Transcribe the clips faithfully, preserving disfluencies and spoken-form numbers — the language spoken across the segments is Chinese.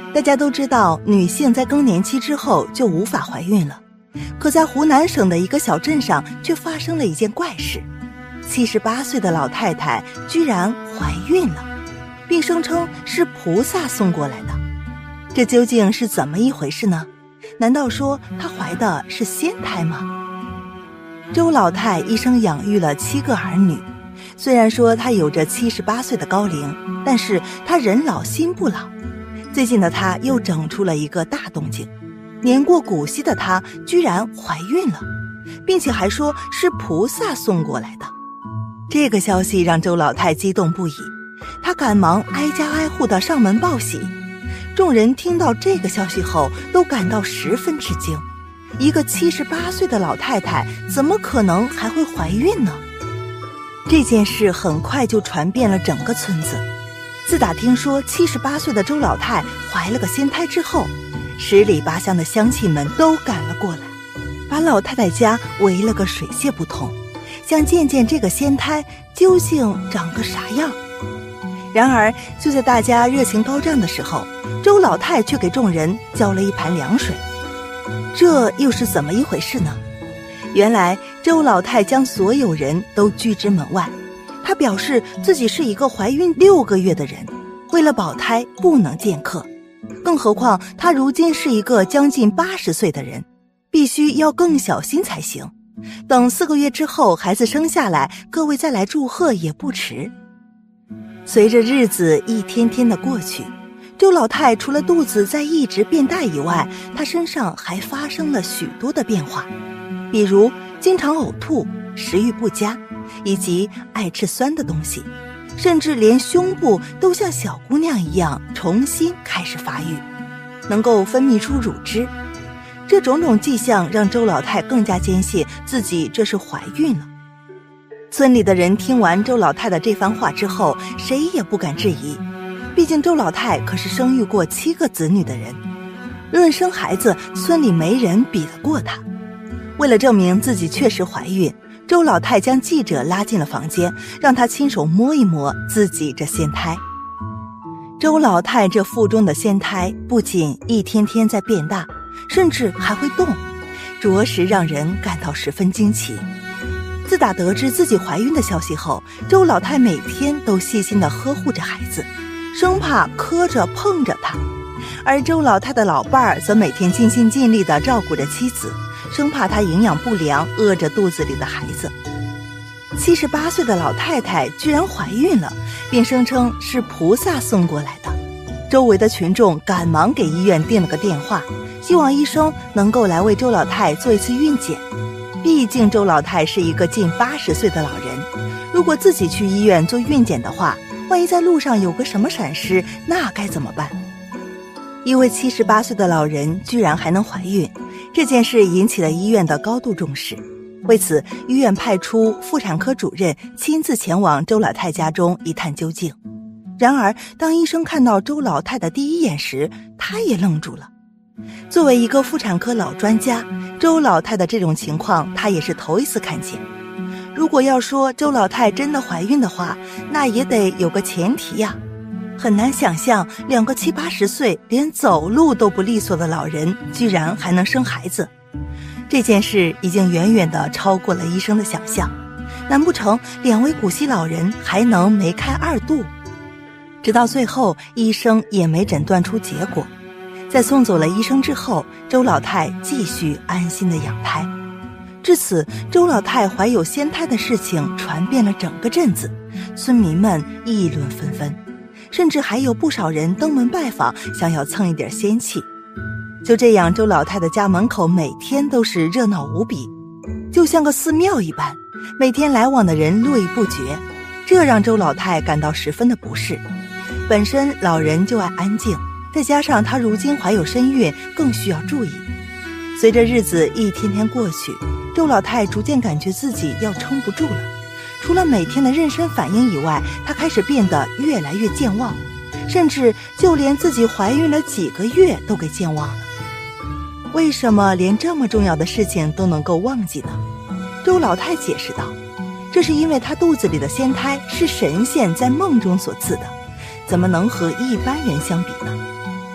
大家都知道，女性在更年期之后就无法怀孕了。可在湖南省的一个小镇上，却发生了一件怪事：七十八岁的老太太居然怀孕了，并声称是菩萨送过来的。这究竟是怎么一回事呢？难道说她怀的是仙胎吗？周老太一生养育了七个儿女，虽然说她有着七十八岁的高龄，但是她人老心不老。最近的她又整出了一个大动静，年过古稀的她居然怀孕了，并且还说是菩萨送过来的。这个消息让周老太激动不已，她赶忙挨家挨户的上门报喜。众人听到这个消息后都感到十分吃惊，一个七十八岁的老太太怎么可能还会怀孕呢？这件事很快就传遍了整个村子。自打听说七十八岁的周老太怀了个仙胎之后，十里八乡的乡亲们都赶了过来，把老太太家围了个水泄不通，想见见这个仙胎究竟长个啥样。然而就在大家热情高涨的时候，周老太却给众人浇了一盘凉水。这又是怎么一回事呢？原来周老太将所有人都拒之门外，她表示自己是一个怀孕六个月的人，为了保胎不能见客，更何况她如今是一个将近八十岁的人，必须要更小心才行。等四个月之后孩子生下来，各位再来祝贺也不迟。随着日子一天天的过去，周老太除了肚子在一直变大以外，她身上还发生了许多的变化，比如经常呕吐、食欲不佳，以及爱吃酸的东西，甚至连胸部都像小姑娘一样重新开始发育，能够分泌出乳汁。这种种迹象让周老太更加坚信自己这是怀孕了。村里的人听完周老太的这番话之后，谁也不敢质疑，毕竟周老太可是生育过七个子女的人，论生孩子，村里没人比得过她。为了证明自己确实怀孕，周老太将记者拉进了房间，让他亲手摸一摸自己这仙胎。周老太这腹中的仙胎不仅一天天在变大，甚至还会动，着实让人感到十分惊奇。自打得知自己怀孕的消息后，周老太每天都细心地呵护着孩子，生怕磕着碰着他。而周老太的老伴儿则每天尽心尽力地照顾着妻子，生怕她营养不良饿着肚子里的孩子。七十八岁的老太太居然怀孕了，并声称是菩萨送过来的。周围的群众赶忙给医院订了个电话，希望医生能够来为周老太做一次孕检。毕竟周老太是一个近八十岁的老人，如果自己去医院做孕检的话，万一在路上有个什么闪失，那该怎么办？一位七十八岁的老人居然还能怀孕，这件事引起了医院的高度重视。为此，医院派出妇产科主任亲自前往周老太家中一探究竟。然而当医生看到周老太的第一眼时，他也愣住了。作为一个妇产科老专家，周老太的这种情况他也是头一次看见。如果要说周老太真的怀孕的话，那也得有个前提呀。很难想象两个七八十岁连走路都不利索的老人居然还能生孩子，这件事已经远远地超过了医生的想象。难不成两位古稀老人还能梅开二度？直到最后医生也没诊断出结果。在送走了医生之后，周老太继续安心地养胎。至此，周老太怀有仙胎的事情传遍了整个镇子，村民们议论纷纷，甚至还有不少人登门拜访，想要蹭一点仙气。就这样，周老太的家门口每天都是热闹无比，就像个寺庙一般，每天来往的人络绎不绝，这让周老太感到十分的不适。本身老人就爱安静，再加上她如今怀有身孕，更需要注意。随着日子一天天过去，周老太逐渐感觉自己要撑不住了。除了每天的妊娠反应以外，她开始变得越来越健忘，甚至就连自己怀孕了几个月都给健忘了。为什么连这么重要的事情都能够忘记呢？周老太解释道，这是因为她肚子里的仙胎是神仙在梦中所赐的，怎么能和一般人相比呢？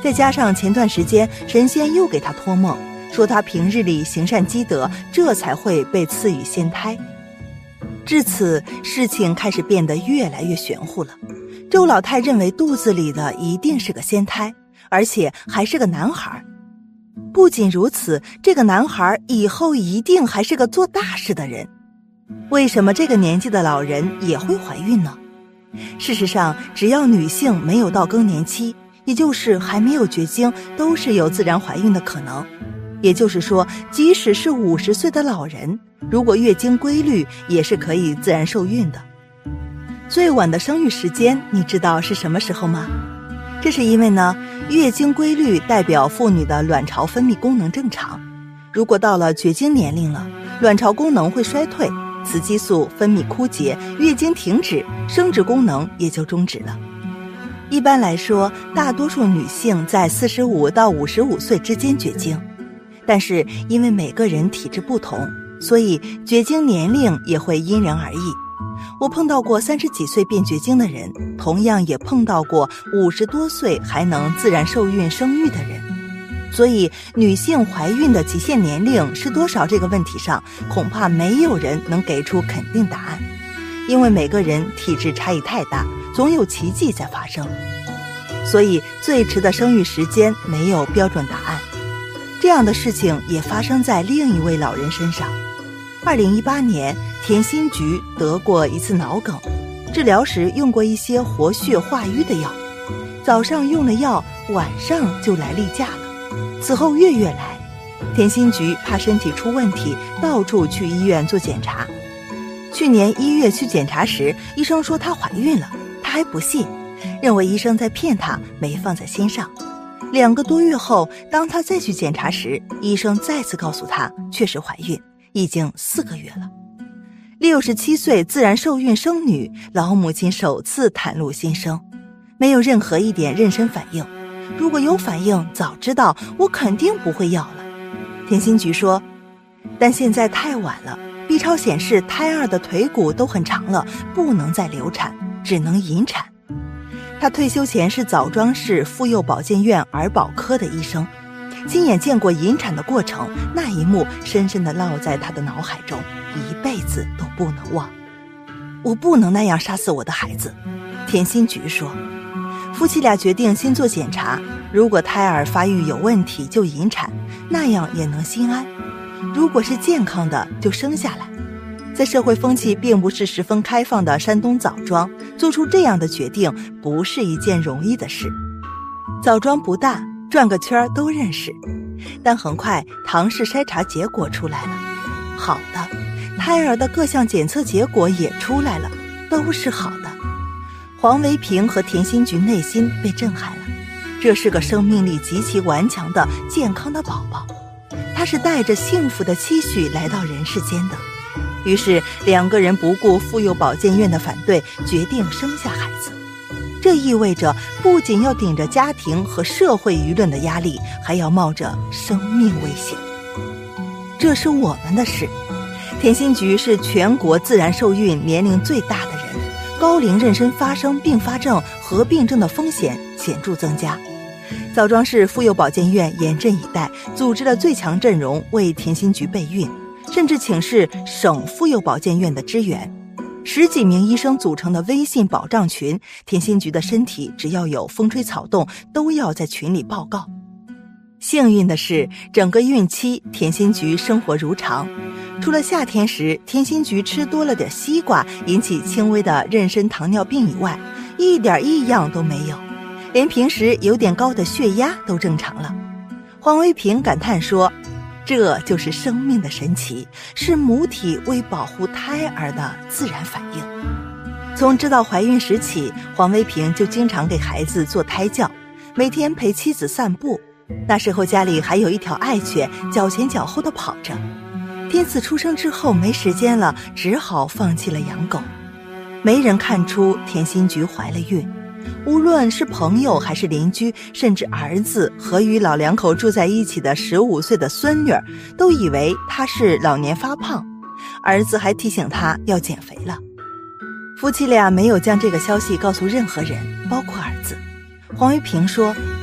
再加上前段时间神仙又给他托梦，说他平日里行善积德，这才会被赐予仙胎。至此，事情开始变得越来越玄乎了。周老太认为肚子里的一定是个仙胎，而且还是个男孩。不仅如此，这个男孩以后一定还是个做大事的人。为什么这个年纪的老人也会怀孕呢？事实上，只要女性没有到更年期，也就是还没有绝经，都是有自然怀孕的可能。也就是说，即使是五十岁的老人，如果月经规律，也是可以自然受孕的。最晚的生育时间，你知道是什么时候吗？这是因为呢，月经规律代表妇女的卵巢分泌功能正常。如果到了绝经年龄了，卵巢功能会衰退，雌激素分泌枯竭，月经停止，生殖功能也就终止了。一般来说，大多数女性在四十五到五十五岁之间绝经，但是因为每个人体质不同，所以绝经年龄也会因人而异。我碰到过三十几岁便绝经的人，同样也碰到过五十多岁还能自然受孕生育的人。所以女性怀孕的极限年龄是多少这个问题上，恐怕没有人能给出肯定答案，因为每个人体质差异太大，总有奇迹在发生。所以最迟的生育时间没有标准答案。这样的事情也发生在另一位老人身上。二零一八年，田心菊得过一次脑梗，治疗时用过一些活血化瘀的药，早上用了药，晚上就来例假了。此后月月来，田心菊怕身体出问题，到处去医院做检查。去年一月去检查时，医生说她怀孕了，她还不信，认为医生在骗她，没放在心上。两个多月后，当她再去检查时，医生再次告诉她确实怀孕，已经四个月了。六十七岁自然受孕生女，老母亲首次袒露心声，没有任何一点妊娠反应。如果有反应，早知道我肯定不会要了。田心菊说，但现在太晚了， B 超显示胎儿的腿骨都很长了，不能再流产，只能引产。她退休前是枣庄市妇幼保健院儿保科的医生，亲眼见过引产的过程，那一幕深深地烙在她的脑海中，一辈子都不能忘。我不能那样杀死我的孩子，田心菊说。夫妻俩决定先做检查，如果胎儿发育有问题就引产，那样也能心安；如果是健康的就生下来。在社会风气并不是十分开放的山东枣庄，做出这样的决定不是一件容易的事。枣庄不大，转个圈都认识，但很快唐氏筛查结果出来了，好的，胎儿的各项检测结果也出来了，都是好的。黄维平和田心菊内心被震撼了，这是个生命力极其顽强的健康的宝宝，他是带着幸福的期许来到人世间的。于是两个人不顾妇幼保健院的反对，决定生下孩子。这意味着不仅要顶着家庭和社会舆论的压力，还要冒着生命危险。这是我们的事。田心菊是全国自然受孕年龄最大的人，高龄妊娠发生并发症、合并症的风险显著增加。枣庄市妇幼保健院严阵以待，组织了最强阵容为田心菊备孕，甚至请示省妇幼保健院的支援。十几名医生组成的微信保障群，田心菊的身体只要有风吹草动，都要在群里报告。幸运的是，整个孕期田心菊生活如常，除了夏天时田心菊吃多了点西瓜引起轻微的妊娠糖尿病以外，一点异样都没有，连平时有点高的血压都正常了。黄维平感叹说，这就是生命的神奇，是母体为保护胎儿的自然反应。从知道怀孕时起，黄维平就经常给孩子做胎教，每天陪妻子散步。那时候家里还有一条爱犬，脚前脚后的跑着。天赐出生之后没时间了，只好放弃了养狗。没人看出田心菊怀了孕，无论是朋友还是邻居，甚至儿子和与老两口住在一起的十五岁的孙女，都以为她是老年发胖。儿子还提醒她要减肥了。夫妻俩没有将这个消息告诉任何人，包括儿子。黄维平说，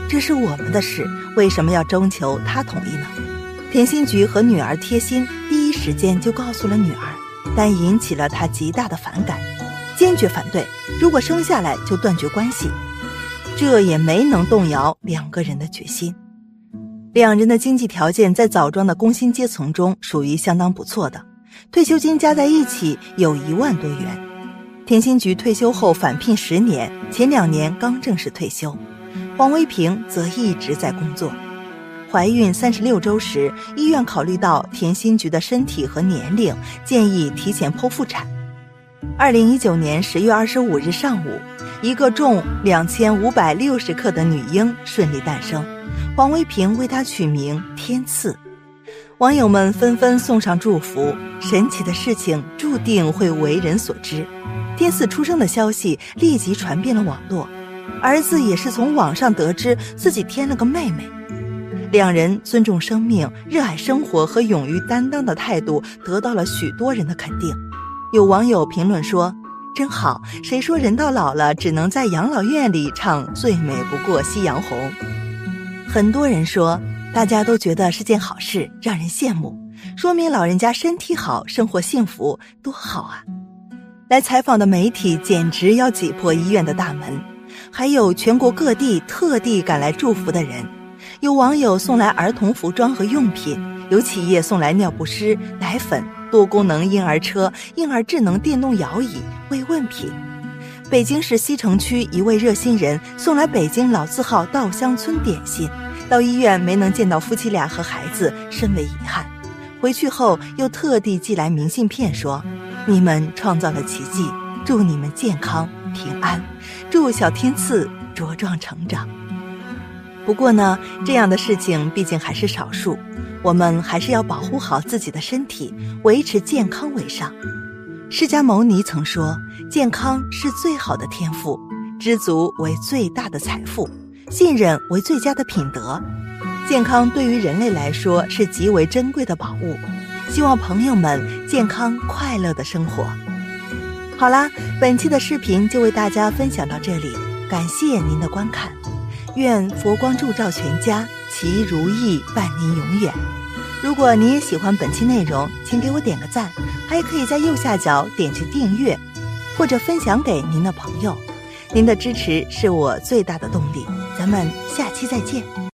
这是我们的事，为什么要征求他同意呢？田心菊和女儿贴心，第一时间就告诉了女儿，但引起了她极大的反感，坚决反对，如果生下来就断绝关系。这也没能动摇两个人的决心。两人的经济条件在枣庄的工薪阶层中属于相当不错的，退休金加在一起有一万多元。田心菊退休后返聘十年，前两年刚正式退休。黄维平则一直在工作。怀孕三十六周时，医院考虑到田心菊的身体和年龄，建议提前剖腹产。二零一九年十月二十五日上午，一个重两千五百六十克的女婴顺利诞生，黄维平为她取名天赐。网友们纷纷送上祝福，神奇的事情注定会为人所知。天赐出生的消息立即传遍了网络，儿子也是从网上得知自己添了个妹妹。两人尊重生命、热爱生活和勇于担当的态度得到了许多人的肯定。有网友评论说，真好，谁说人到老了只能在养老院里唱最美不过夕阳红。很多人说大家都觉得是件好事，让人羡慕，说明老人家身体好，生活幸福，多好啊。来采访的媒体简直要挤破医院的大门，还有全国各地特地赶来祝福的人。有网友送来儿童服装和用品，有企业送来尿不湿、奶粉、多功能婴儿车、婴儿智能电动摇椅、慰问品。北京市西城区一位热心人送来北京老字号稻香村点心，到医院没能见到夫妻俩和孩子，深为遗憾。回去后又特地寄来明信片说，你们创造了奇迹，祝你们健康平安，祝小天赐茁壮成长。不过呢，这样的事情毕竟还是少数，我们还是要保护好自己的身体，维持健康为上。释迦牟尼曾说，健康是最好的天赋，知足为最大的财富，信任为最佳的品德。健康对于人类来说是极为珍贵的宝物，希望朋友们健康快乐的生活。好啦，本期的视频就为大家分享到这里，感谢您的观看。愿佛光照照全家，其如意伴您永远。如果您也喜欢本期内容，请给我点个赞，还可以在右下角点击订阅，或者分享给您的朋友。您的支持是我最大的动力。咱们下期再见。